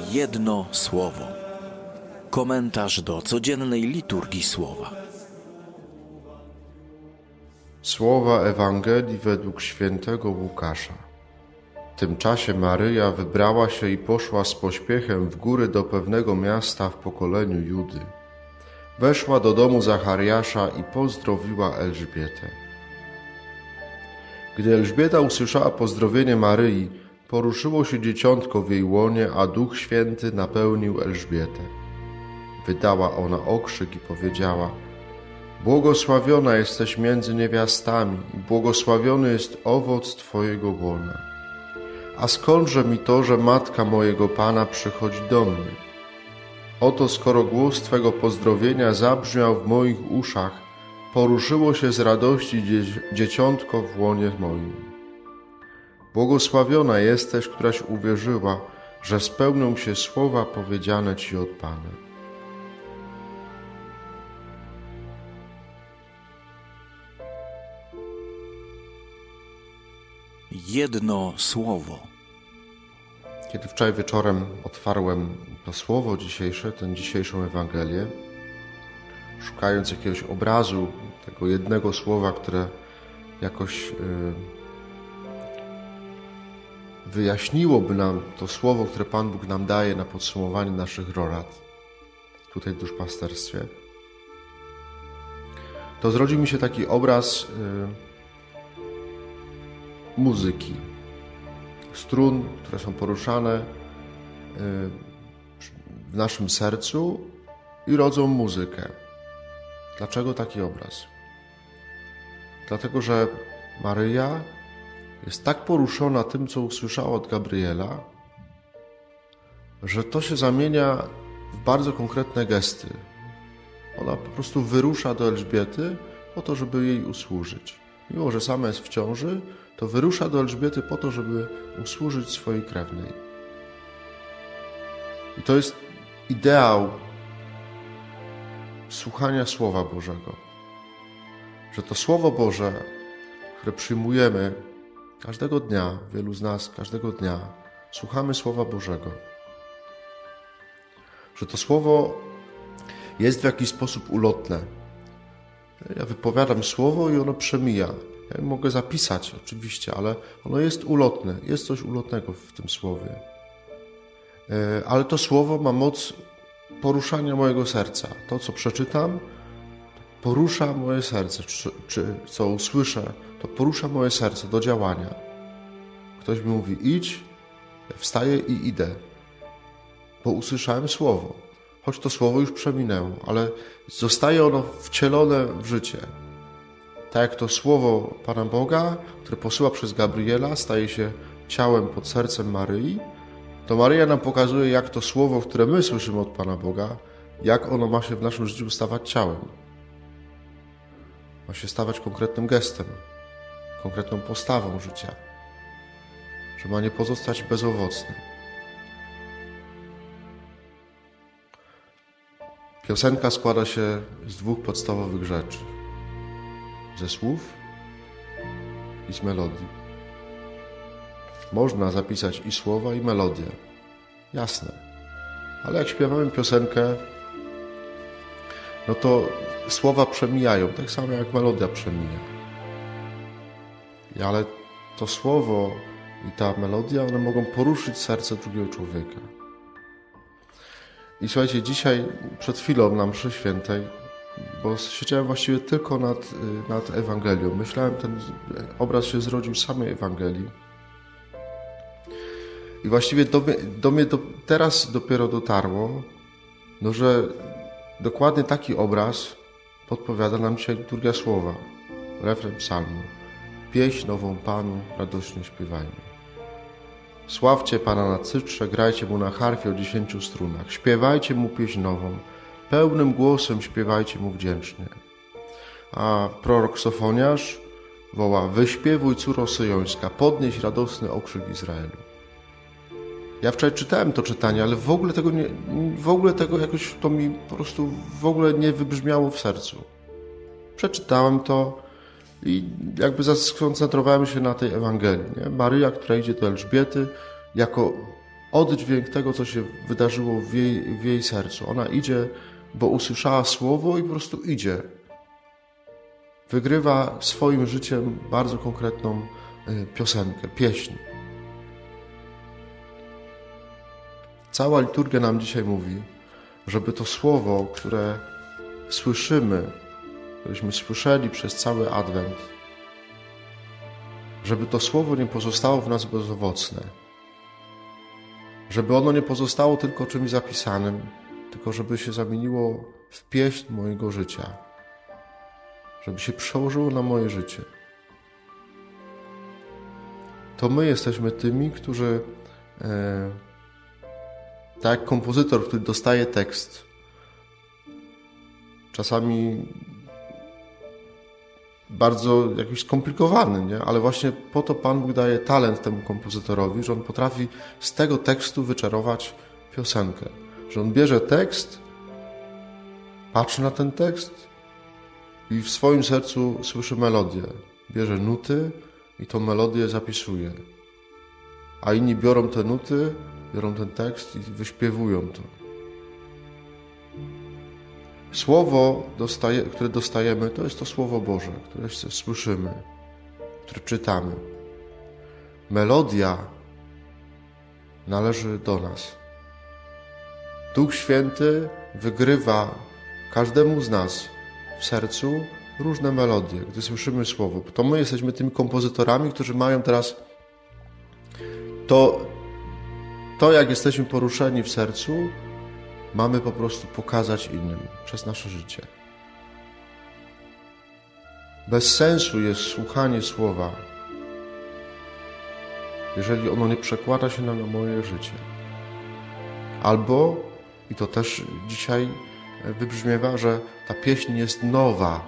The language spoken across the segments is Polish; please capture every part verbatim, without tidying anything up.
Jedno słowo. Komentarz do codziennej liturgii słowa. Słowa Ewangelii według świętego Łukasza. W tym czasie Maryja wybrała się i poszła z pośpiechem w góry do pewnego miasta w pokoleniu Judy. Weszła do domu Zachariasza i pozdrowiła Elżbietę. Gdy Elżbieta usłyszała pozdrowienie Maryi, poruszyło się dzieciątko w jej łonie, a Duch Święty napełnił Elżbietę. Wydała ona okrzyk i powiedziała: Błogosławiona jesteś między niewiastami i błogosławiony jest owoc Twojego łona. A skądże mi to, że matka mojego Pana przychodzi do mnie? Oto skoro głos Twego pozdrowienia zabrzmiał w moich uszach, poruszyło się z radości dzie- dzieciątko w łonie moim. Błogosławiona jesteś, któraś uwierzyła, że spełnią się słowa powiedziane Ci od Pana. Jedno słowo. Kiedy wczoraj wieczorem otwarłem to słowo dzisiejsze, tę dzisiejszą Ewangelię, szukając jakiegoś obrazu, tego jednego słowa, które jakoś yy, wyjaśniłoby nam to słowo, które Pan Bóg nam daje na podsumowanie naszych rad tutaj w duszpasterstwie, to zrodził mi się taki obraz yy, muzyki, strun, które są poruszane w naszym sercu i rodzą muzykę. Dlaczego taki obraz? Dlatego, że Maryja jest tak poruszona tym, co usłyszała od Gabriela, że to się zamienia w bardzo konkretne gesty. Ona po prostu wyrusza do Elżbiety po to, żeby jej usłużyć. Mimo że sama jest w ciąży, to wyrusza do Elżbiety po to, żeby usłużyć swojej krewnej. I to jest ideał słuchania Słowa Bożego. Że to Słowo Boże, które przyjmujemy każdego dnia, wielu z nas każdego dnia, słuchamy Słowa Bożego. Że to Słowo jest w jakiś sposób ulotne. Ja wypowiadam Słowo i ono przemija. Ja mogę zapisać oczywiście, ale ono jest ulotne. Jest coś ulotnego w tym Słowie. Ale to Słowo ma moc poruszania mojego serca. To, co przeczytam, porusza moje serce. Czy, czy co usłyszę, to porusza moje serce do działania. Ktoś mi mówi: idź, ja wstaję i idę. Bo usłyszałem Słowo. Choć to Słowo już przeminęło, ale zostaje ono wcielone w życie. Tak jak to Słowo Pana Boga, które posyła przez Gabriela, staje się ciałem pod sercem Maryi, to Maryja nam pokazuje, jak to Słowo, które my słyszymy od Pana Boga, jak ono ma się w naszym życiu stawać ciałem. Ma się stawać konkretnym gestem, konkretną postawą życia, że ma nie pozostać bezowocnym. Piosenka składa się z dwóch podstawowych rzeczy. Ze słów i z melodii. Można zapisać i słowa, i melodię. Jasne. Ale jak śpiewamy piosenkę, no to słowa przemijają, tak samo jak melodia przemija. Ale to słowo i ta melodia, one mogą poruszyć serce drugiego człowieka. I słuchajcie, dzisiaj przed chwilą na mszy świętej, bo siedziałem właściwie tylko nad, nad Ewangelią. Myślałem, ten obraz się zrodził z samej Ewangelii. I właściwie do mnie, do mnie do, teraz dopiero dotarło, no, że dokładnie taki obraz podpowiada nam dzisiaj liturgia słowa. Refren psalmu. Pieśń nową Panu, radośnie śpiewajmy. Sławcie Pana na cytrze, grajcie Mu na harfie o dziesięciu strunach. Śpiewajcie Mu pieśń nową, pełnym głosem śpiewajcie Mu wdzięcznie. A prorok Sofoniarz woła: wyśpiewuj, córo syjońska, podnieś radosny okrzyk Izraelu. Ja wczoraj czytałem to czytanie, ale w ogóle tego, nie, w ogóle tego jakoś to mi po prostu w ogóle nie wybrzmiało w sercu. Przeczytałem to i jakby skoncentrowałem się na tej Ewangelii. Nie? Maryja, która idzie do Elżbiety, jako oddźwięk tego, co się wydarzyło w jej, w jej sercu. Ona idzie, bo usłyszała słowo i po prostu idzie. Wygrywa swoim życiem bardzo konkretną piosenkę, pieśń. Cała liturgia nam dzisiaj mówi, żeby to słowo, które słyszymy, któreśmy słyszeli przez cały Adwent, żeby to słowo nie pozostało w nas bezowocne. Żeby ono nie pozostało tylko czymś zapisanym, tylko żeby się zamieniło w pieśń mojego życia. Żeby się przełożyło na moje życie. To my jesteśmy tymi, którzy e, tak jak kompozytor, który dostaje tekst, czasami bardzo jakiś skomplikowany, nie? Ale właśnie po to Pan Bóg daje talent temu kompozytorowi, że on potrafi z tego tekstu wyczarować piosenkę. Że on bierze tekst, patrzy na ten tekst i w swoim sercu słyszy melodię. Bierze nuty i tą melodię zapisuje. A inni biorą te nuty, biorą ten tekst i wyśpiewują to. Słowo, dostaje, które dostajemy, to jest to Słowo Boże, które słyszymy, które czytamy. Melodia należy do nas. Duch Święty wygrywa każdemu z nas w sercu różne melodie, gdy słyszymy Słowo. To my jesteśmy tymi kompozytorami, którzy mają teraz to, to jak jesteśmy poruszeni w sercu, mamy po prostu pokazać innym przez nasze życie. Bez sensu jest słuchanie Słowa, jeżeli ono nie przekłada się na, na moje życie. Albo, i to też dzisiaj wybrzmiewa, że ta pieśń jest nowa.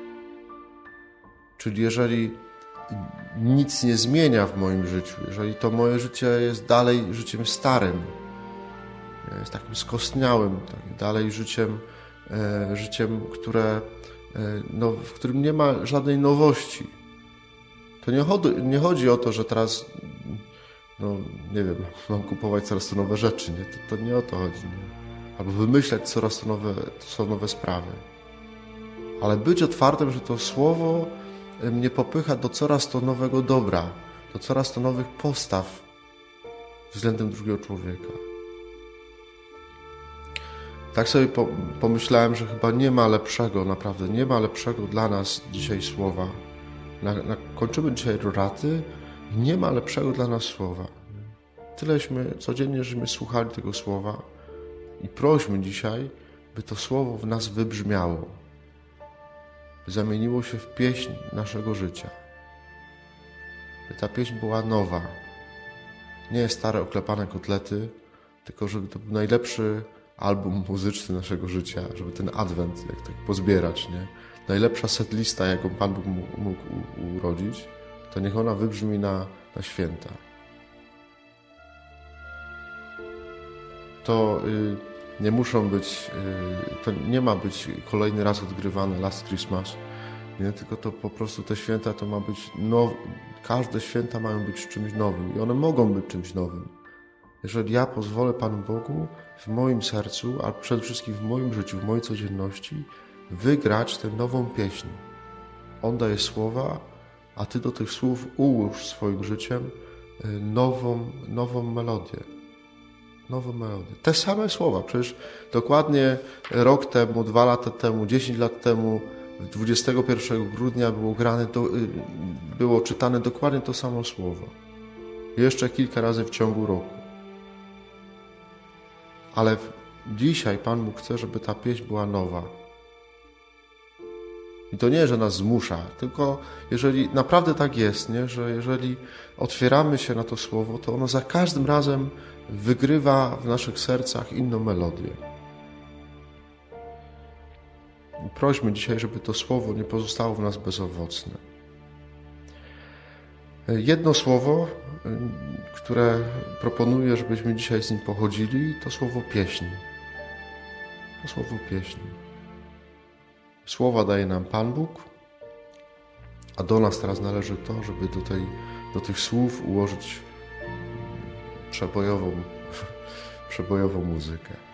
Czyli jeżeli nic nie zmienia w moim życiu, jeżeli to moje życie jest dalej życiem starym, jest takim skostniałym, tak, dalej życiem, e, życiem, które, e, no, w którym nie ma żadnej nowości. To nie chodzi, nie chodzi o to, że teraz, no nie wiem, mam kupować coraz to nowe rzeczy, nie? To, to nie o to chodzi. Nie? Albo wymyślać coraz to nowe, to nowe sprawy. Ale być otwartym, że to Słowo mnie popycha do coraz to nowego dobra, do coraz to nowych postaw względem drugiego człowieka. Tak sobie pomyślałem, że chyba nie ma lepszego, naprawdę nie ma lepszego dla nas dzisiaj słowa. Na, na, kończymy dzisiaj roraty i nie ma lepszego dla nas słowa. Tyleśmy codziennie, żeśmy słuchali tego słowa i prośmy dzisiaj, by to słowo w nas wybrzmiało, by zamieniło się w pieśń naszego życia. By ta pieśń była nowa. Nie stare, oklepane kotlety, tylko żeby to był najlepszy album muzyczny naszego życia, żeby ten adwent jak tak pozbierać, nie? Najlepsza setlista, jaką Pan Bóg mógł urodzić, to niech ona wybrzmi na, na święta. To y, nie muszą być, y, to nie ma być kolejny raz odgrywane Last Christmas, nie? Tylko to po prostu te święta to ma być, now, każde święta mają być czymś nowym i one mogą być czymś nowym. Jeżeli ja pozwolę Panu Bogu w moim sercu, a przede wszystkim w moim życiu, w mojej codzienności, wygrać tę nową pieśń. On daje słowa, a Ty do tych słów ułóż swoim życiem nową, nową melodię. Nową melodię. Te same słowa. Przecież dokładnie rok temu, dwa lata temu, dziesięć lat temu, dwudziestego pierwszego grudnia było grane, to, było czytane dokładnie to samo słowo. Jeszcze kilka razy w ciągu roku. Ale dzisiaj Pan Bóg chce, żeby ta pieśń była nowa. I to nie, że nas zmusza, tylko jeżeli naprawdę tak jest, nie? Że jeżeli otwieramy się na to słowo, to ono za każdym razem wygrywa w naszych sercach inną melodię. I prośmy dzisiaj, żeby to słowo nie pozostało w nas bezowocne. Jedno słowo, które proponuję, żebyśmy dzisiaj z nim pochodzili, to słowo pieśń. To słowo pieśń. Słowa daje nam Pan Bóg, a do nas teraz należy to, żeby do, tej, do tych słów ułożyć przebojową przebojową muzykę.